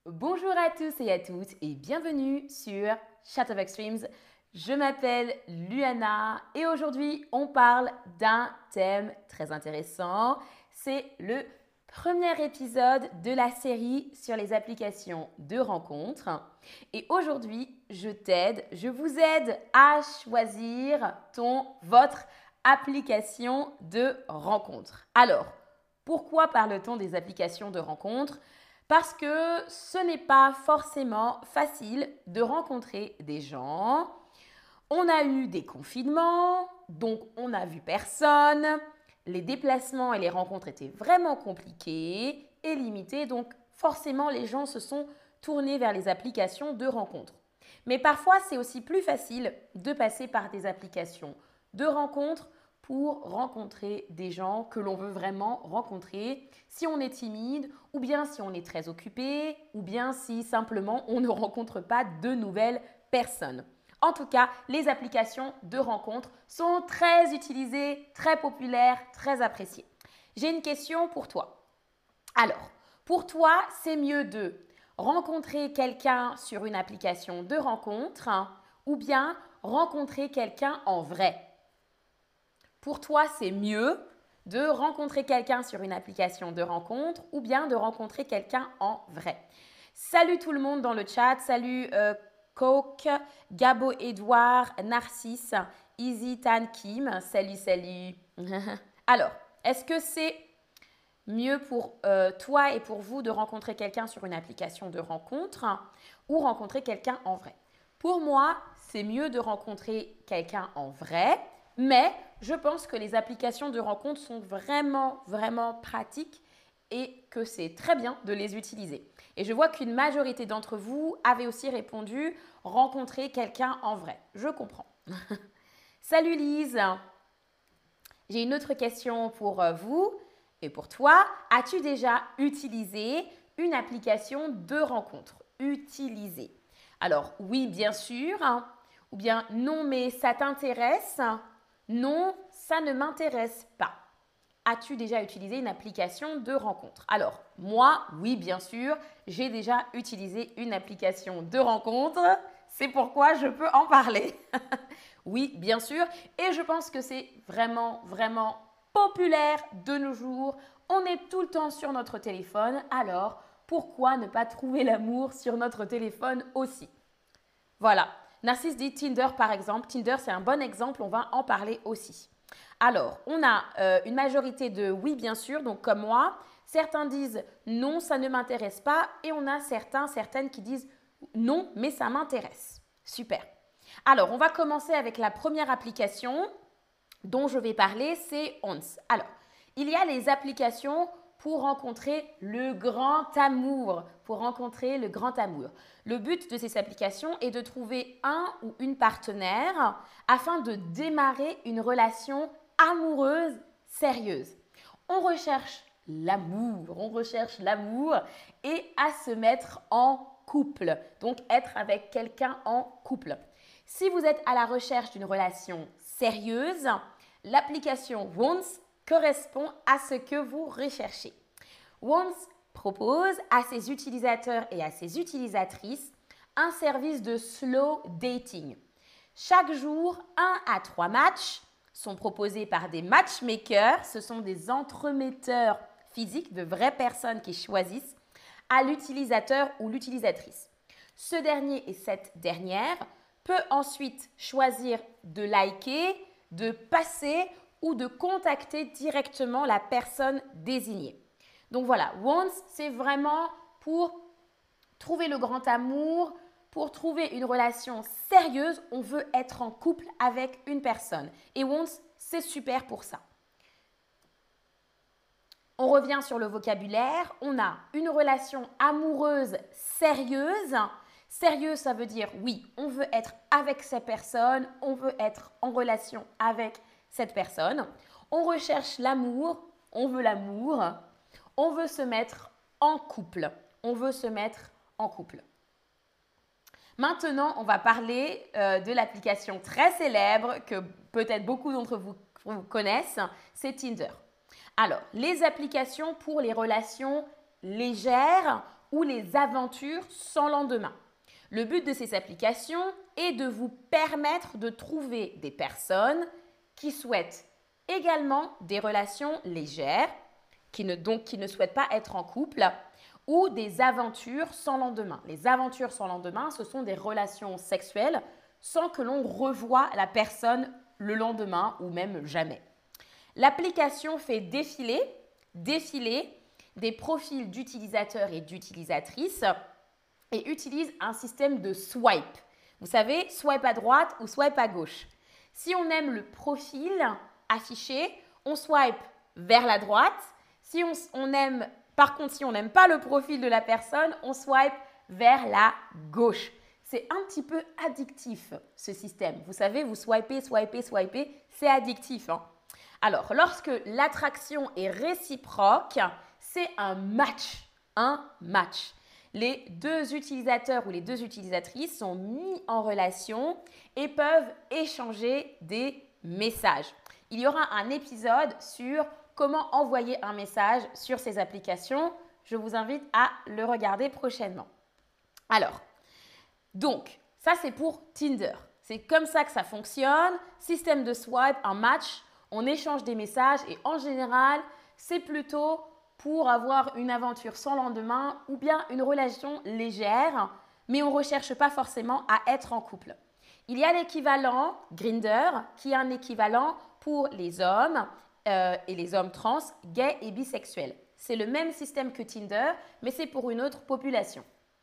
Bonjour à tous et à toutes et bienvenue sur Chat of Extremes. Je m'appelle Luana et aujourd'hui on parle d'un thème très intéressant. C'est le premier épisode de la série sur les applications de rencontres. Et aujourd'hui, je vous aide à choisir votre application de rencontre. Alors, pourquoi parle-t-on des applications de rencontre ? Parce que ce n'est pas forcément facile de rencontrer des gens. On a eu des confinements, donc on n'a vu personne. Les déplacements et les rencontres étaient vraiment compliqués et limités, donc forcément les gens se sont tournés vers les applications de rencontres. Mais parfois, c'est aussi plus facile de passer par des applications de rencontres pour rencontrer des gens que l'on veut vraiment rencontrer, si on est timide, ou bien si on est très occupé, ou bien si simplement on ne rencontre pas de nouvelles personnes. En tout cas, les applications de rencontres sont très utilisées, très populaires, très appréciées. J'ai une question pour toi. Alors, pour toi, c'est mieux de rencontrer quelqu'un sur une application de rencontre ou bien rencontrer quelqu'un en vrai? Pour toi, c'est mieux de rencontrer quelqu'un sur une application de rencontre ou bien de rencontrer quelqu'un en vrai. Salut tout le monde dans le chat. Salut Coke, Gabo Edouard, Narcisse, Easy Tan Kim. Salut, salut. Alors, est-ce que c'est mieux pour toi et pour vous de rencontrer quelqu'un sur une application de rencontre ou rencontrer quelqu'un en vrai? Pour moi, c'est mieux de rencontrer quelqu'un en vrai, mais je pense que les applications de rencontre sont vraiment, vraiment pratiques et que c'est très bien de les utiliser. Et je vois qu'une majorité d'entre vous avait aussi répondu rencontrer quelqu'un en vrai. Je comprends. Salut Lise. J'ai une autre question pour vous et pour toi. As-tu déjà utilisé une application de rencontre? Utilisé. Alors oui, bien sûr. Ou bien non, mais ça t'intéresse? Non, ça ne m'intéresse pas. As-tu déjà utilisé une application de rencontre? Alors, moi, oui, bien sûr, j'ai déjà utilisé une application de rencontre. C'est pourquoi je peux en parler. Oui, bien sûr. Et je pense que c'est vraiment, vraiment populaire de nos jours. On est tout le temps sur notre téléphone. Alors, pourquoi ne pas trouver l'amour sur notre téléphone aussi? Voilà. Narcisse dit Tinder par exemple. Tinder, c'est un bon exemple. On va en parler aussi. Alors, on a une majorité de oui, bien sûr, donc comme moi. Certains disent non, ça ne m'intéresse pas. Et on a certaines qui disent non, mais ça m'intéresse. Super. Alors, on va commencer avec la première application dont je vais parler, c'est Once. Alors, il y a les applications pour rencontrer le grand amour. Pour rencontrer le grand amour. Le but de ces applications est de trouver un ou une partenaire afin de démarrer une relation amoureuse sérieuse. On recherche l'amour et à se mettre en couple. Donc, être avec quelqu'un en couple. Si vous êtes à la recherche d'une relation sérieuse, l'application Once correspond à ce que vous recherchez. Once propose à ses utilisateurs et à ses utilisatrices un service de slow dating. Chaque jour, 1 à 3 matchs sont proposés par des matchmakers. Ce sont des entremetteurs physiques, de vraies personnes qui choisissent à l'utilisateur ou l'utilisatrice. Ce dernier et cette dernière peut ensuite choisir de liker, de passer ou de contacter directement la personne désignée. Donc voilà, Once, c'est vraiment pour trouver le grand amour, pour trouver une relation sérieuse, on veut être en couple avec une personne. Et Once, c'est super pour ça. On revient sur le vocabulaire. On a une relation amoureuse sérieuse. Sérieux, ça veut dire oui, on veut être avec cette personne, on veut être en relation avec cette personne. On recherche l'amour, on veut l'amour. On veut se mettre en couple. On veut se mettre en couple. Maintenant, on va parler de l'application très célèbre que peut-être beaucoup d'entre vous connaissent, c'est Tinder. Alors, les applications pour les relations légères ou les aventures sans lendemain. Le but de ces applications est de vous permettre de trouver des personnes qui souhaitent également des relations légères, qui ne souhaitent pas être en couple, ou des aventures sans lendemain. Les aventures sans lendemain, ce sont des relations sexuelles sans que l'on revoie la personne le lendemain ou même jamais. L'application fait défiler des profils d'utilisateurs et d'utilisatrices et utilise un système de swipe. Vous savez, swipe à droite ou swipe à gauche. Si on aime le profil affiché, on swipe vers la droite. Par contre, si on n'aime pas le profil de la personne, on swipe vers la gauche. C'est un petit peu addictif, ce système. Vous savez, vous swipez, c'est addictif. Alors, lorsque l'attraction est réciproque, c'est un match. Les deux utilisateurs ou les deux utilisatrices sont mis en relation et peuvent échanger des messages. Il y aura un épisode sur comment envoyer un message sur ces applications. Je vous invite à le regarder prochainement. Alors, donc, ça c'est pour Tinder. C'est comme ça que ça fonctionne. Système de swipe, un match, on échange des messages et en général, c'est plutôt pour avoir une aventure sans lendemain ou bien une relation légère, mais on ne recherche pas forcément à être en couple. Il y a l'équivalent Grindr, qui est un équivalent pour les hommes et les hommes trans, gays et bisexuels. C'est le même système que Tinder, mais c'est pour une autre population.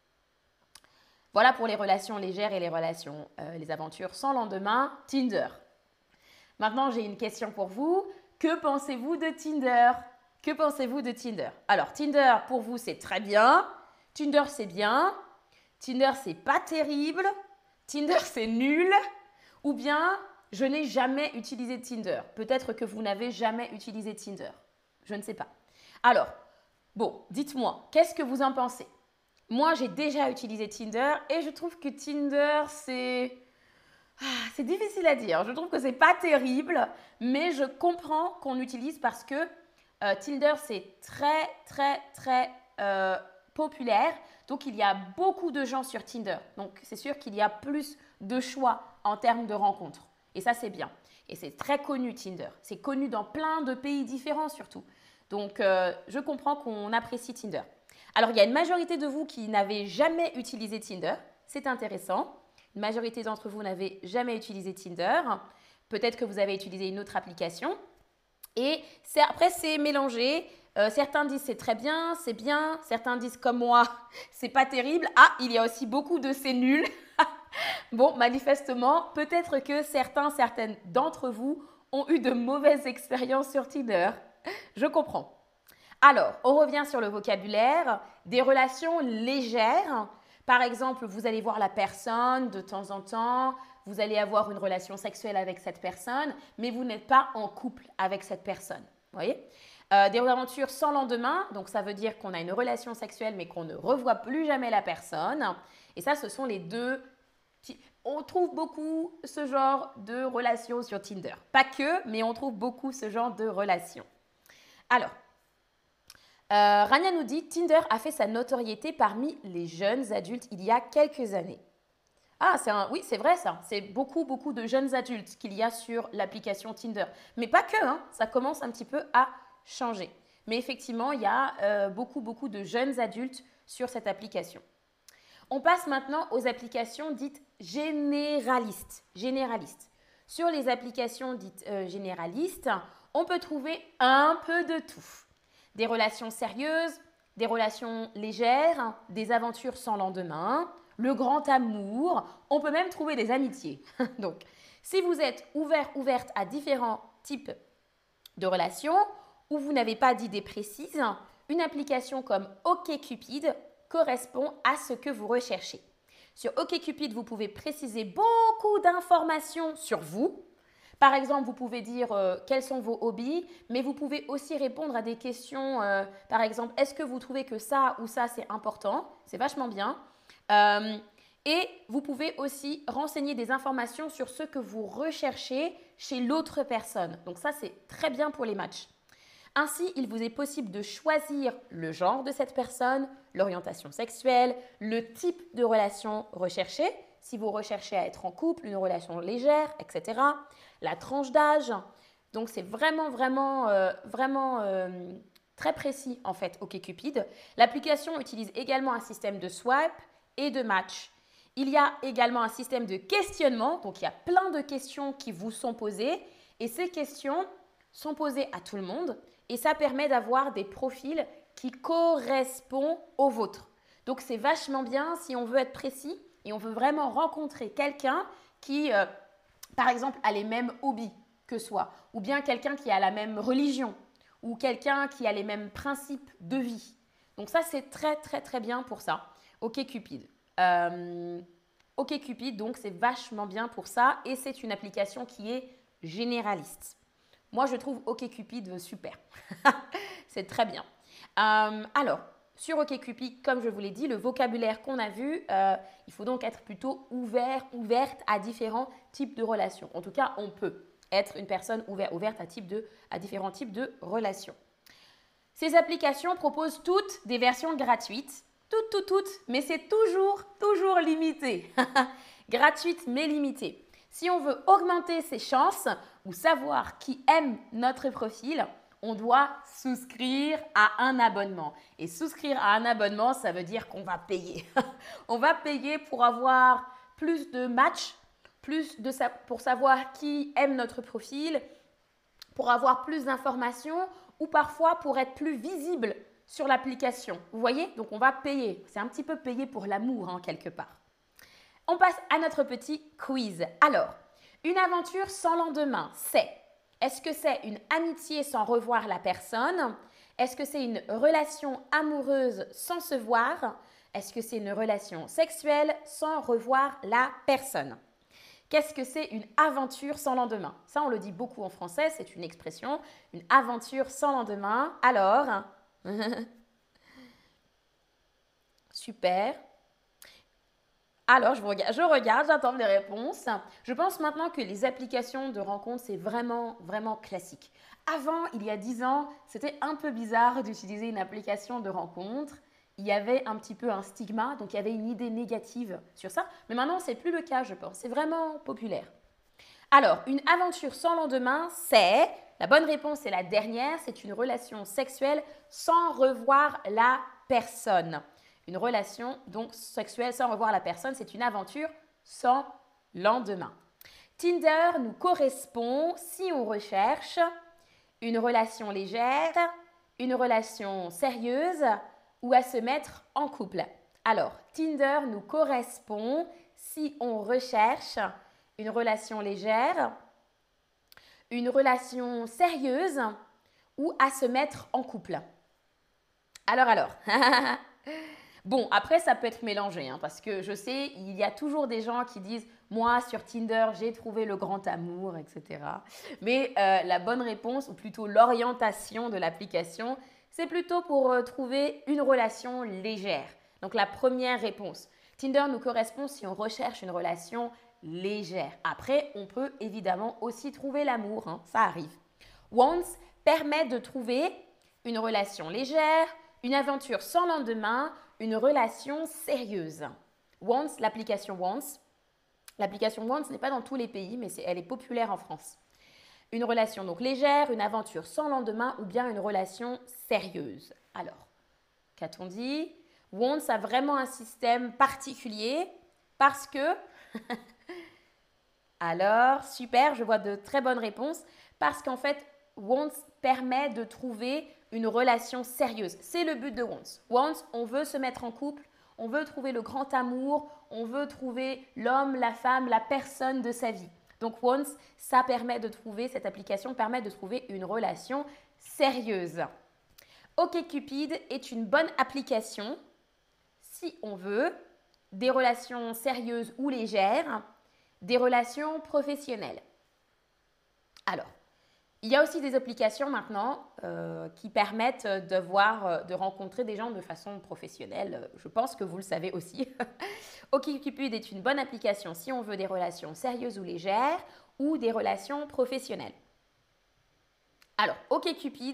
Voilà pour les relations légères et les aventures sans lendemain, Tinder. Maintenant, j'ai une question pour vous. Que pensez-vous de Tinder ? Que pensez-vous de Tinder ? Alors, Tinder, pour vous, c'est très bien. Tinder, c'est bien. Tinder, c'est pas terrible. Tinder, c'est nul. Ou bien, je n'ai jamais utilisé Tinder. Peut-être que vous n'avez jamais utilisé Tinder. Je ne sais pas. Alors, bon, dites-moi, qu'est-ce que vous en pensez ? Moi, j'ai déjà utilisé Tinder et je trouve que Tinder, c'est difficile à dire. Je trouve que c'est pas terrible, mais je comprends qu'on l'utilise parce que Tinder, c'est très populaire. Donc, il y a beaucoup de gens sur Tinder. Donc, c'est sûr qu'il y a plus de choix en termes de rencontres. Et ça, c'est bien. Et c'est très connu, Tinder. C'est connu dans plein de pays différents surtout. Donc, je comprends qu'on apprécie Tinder. Alors, il y a une majorité de vous qui n'avez jamais utilisé Tinder. C'est intéressant. Une majorité d'entre vous n'avez jamais utilisé Tinder. Peut-être que vous avez utilisé une autre application. Et après, c'est mélangé. Certains disent c'est très bien, c'est bien. Certains disent comme moi, c'est pas terrible. Ah, il y a aussi beaucoup de c'est nul. Bon, manifestement, peut-être que certaines d'entre vous ont eu de mauvaises expériences sur Tinder. Je comprends. Alors, on revient sur le vocabulaire. Des relations légères. Par exemple, vous allez voir la personne de temps en temps. Vous allez avoir une relation sexuelle avec cette personne, mais vous n'êtes pas en couple avec cette personne. Vous voyez ? Des aventures sans lendemain. Donc, ça veut dire qu'on a une relation sexuelle, mais qu'on ne revoit plus jamais la personne. Et ça, ce sont les deux. On trouve beaucoup ce genre de relations sur Tinder. Pas que, mais on trouve beaucoup ce genre de relations. Alors, Rania nous dit « Tinder a fait sa notoriété parmi les jeunes adultes il y a quelques années. » Ah, oui, c'est vrai ça. C'est beaucoup de jeunes adultes qu'il y a sur l'application Tinder. Mais pas que, hein, ça commence un petit peu à changer. Mais effectivement, il y a beaucoup de jeunes adultes sur cette application. On passe maintenant aux applications dites généralistes. Sur les applications dites généralistes, on peut trouver un peu de tout. Des relations sérieuses, des relations légères, des aventures sans lendemain, le grand amour, on peut même trouver des amitiés. Donc, si vous êtes ouverte à différents types de relations ou vous n'avez pas d'idée précise, une application comme OkCupid correspond à ce que vous recherchez. Sur OkCupid, vous pouvez préciser beaucoup d'informations sur vous. Par exemple, vous pouvez dire quels sont vos hobbies, mais vous pouvez aussi répondre à des questions. Par exemple, est-ce que vous trouvez que ça ou ça, c'est important ? C'est vachement bien. Et vous pouvez aussi renseigner des informations sur ce que vous recherchez chez l'autre personne. Donc ça, c'est très bien pour les matchs. Ainsi, il vous est possible de choisir le genre de cette personne, l'orientation sexuelle, le type de relation recherchée, si vous recherchez à être en couple, une relation légère, etc. La tranche d'âge. Donc, c'est vraiment très précis en fait, OkCupid. L'application utilise également un système de swipe et de match. Il y a également un système de questionnement, donc il y a plein de questions qui vous sont posées et ces questions sont posées à tout le monde et ça permet d'avoir des profils qui correspondent aux vôtres. Donc c'est vachement bien si on veut être précis et on veut vraiment rencontrer quelqu'un qui, par exemple, a les mêmes hobbies que soi ou bien quelqu'un qui a la même religion ou quelqu'un qui a les mêmes principes de vie. Donc ça, c'est très bien pour ça. OkCupid. OkCupid, donc c'est vachement bien pour ça et c'est une application qui est généraliste. Moi, je trouve OkCupid super. C'est très bien. Alors, sur OkCupid, comme je vous l'ai dit, le vocabulaire qu'on a vu, il faut donc être plutôt ouverte à différents types de relations. En tout cas, on peut être une personne ouverte à différents types de relations. Ces applications proposent toutes des versions gratuites. Toutes, mais c'est toujours limité. Gratuite, mais limitée. Si on veut augmenter ses chances ou savoir qui aime notre profil, on doit souscrire à un abonnement. Et souscrire à un abonnement, ça veut dire qu'on va payer. On va payer pour avoir plus de matchs, pour savoir qui aime notre profil, pour avoir plus d'informations ou parfois pour être plus visible sur l'application. Vous voyez? Donc, on va payer. C'est un petit peu payer pour l'amour, hein, quelque part. On passe à notre petit quiz. Alors, une aventure sans lendemain, est-ce que c'est une amitié sans revoir la personne? Est-ce que c'est une relation amoureuse sans se voir? Est-ce que c'est une relation sexuelle sans revoir la personne? Qu'est-ce que c'est une aventure sans lendemain? Ça, on le dit beaucoup en français, c'est une expression. Une aventure sans lendemain. Alors, super. Alors, je regarde, j'attends les réponses. Je pense maintenant que les applications de rencontres, c'est vraiment classique. Avant, il y a 10 ans, c'était un peu bizarre d'utiliser une application de rencontre. Il y avait un petit peu un stigma, donc il y avait une idée négative sur ça. Mais maintenant, ce n'est plus le cas, je pense. C'est vraiment populaire. Alors, une aventure sans lendemain, la bonne réponse c'est la dernière, c'est une relation sexuelle sans revoir la personne. Une relation donc sexuelle sans revoir la personne, c'est une aventure sans lendemain. Tinder nous correspond si on recherche une relation légère, une relation sérieuse ou à se mettre en couple. Alors, Tinder nous correspond si on recherche une relation légère, une relation sérieuse ou à se mettre en couple. Alors. Bon, après, ça peut être mélangé, hein, parce que je sais, il y a toujours des gens qui disent « Moi, sur Tinder, j'ai trouvé le grand amour, etc. » Mais la bonne réponse, ou plutôt l'orientation de l'application, c'est plutôt pour trouver une relation légère. Donc, la première réponse. Tinder nous correspond si on recherche une relation légère. Après, on peut évidemment aussi trouver l'amour, hein, ça arrive. Once permet de trouver une relation légère, une aventure sans lendemain, une relation sérieuse. Once, l'application Once n'est pas dans tous les pays, mais elle est populaire en France. Une relation donc légère, une aventure sans lendemain ou bien une relation sérieuse. Alors, qu'a-t-on dit? Once a vraiment un système particulier parce que… Alors, super, je vois de très bonnes réponses. Parce qu'en fait, Once permet de trouver une relation sérieuse. C'est le but de Once. Once, on veut se mettre en couple, on veut trouver le grand amour, on veut trouver l'homme, la femme, la personne de sa vie. Donc Once, cette application permet de trouver une relation sérieuse. OkCupid est une bonne application si on veut des relations sérieuses ou légères, des relations professionnelles. Alors, il y a aussi des applications maintenant qui permettent de rencontrer des gens de façon professionnelle. Je pense que vous le savez aussi. OkCupid est une bonne application si on veut des relations sérieuses ou légères ou des relations professionnelles. Alors, OkCupid,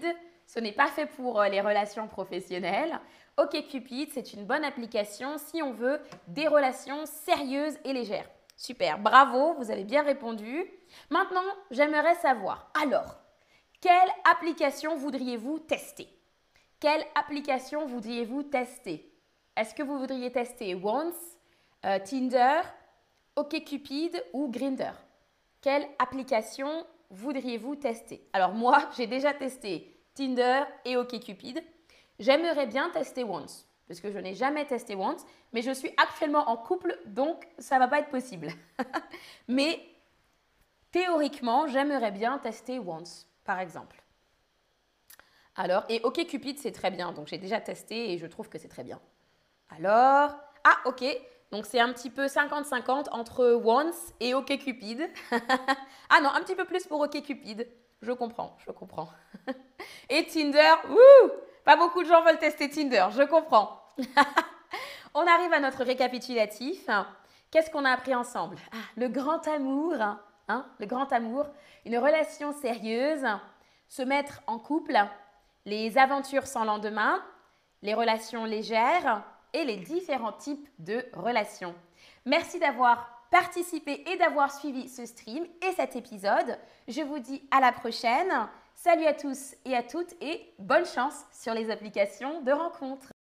ce n'est pas fait pour les relations professionnelles. OkCupid, c'est une bonne application si on veut des relations sérieuses et légères. Super, bravo, vous avez bien répondu. Maintenant, j'aimerais savoir, alors, quelle application voudriez-vous tester? Quelle application voudriez-vous tester? Est-ce que vous voudriez tester Once, Tinder, OkCupid ou Grindr? Quelle application voudriez-vous tester? Alors moi, j'ai déjà testé Tinder et OkCupid. J'aimerais bien tester Once, parce que je n'ai jamais testé Once, mais je suis actuellement en couple, donc ça ne va pas être possible. Mais théoriquement, j'aimerais bien tester Once, par exemple. Alors, et OkCupid, c'est très bien, donc j'ai déjà testé et je trouve que c'est très bien. Alors, ah ok, donc c'est un petit peu 50-50 entre Once et OkCupid. Ah non, un petit peu plus pour OkCupid. Je comprends, je comprends. Et Tinder, pas beaucoup de gens veulent tester Tinder, je comprends. On arrive à notre récapitulatif. Qu'est-ce qu'on a appris ensemble? Le grand amour, le grand amour, une relation sérieuse, se mettre en couple, les aventures sans lendemain, les relations légères et les différents types de relations. Merci d'avoir participé et d'avoir suivi ce stream et cet épisode. Je vous dis à la prochaine. Salut à tous et à toutes et bonne chance sur les applications de rencontres.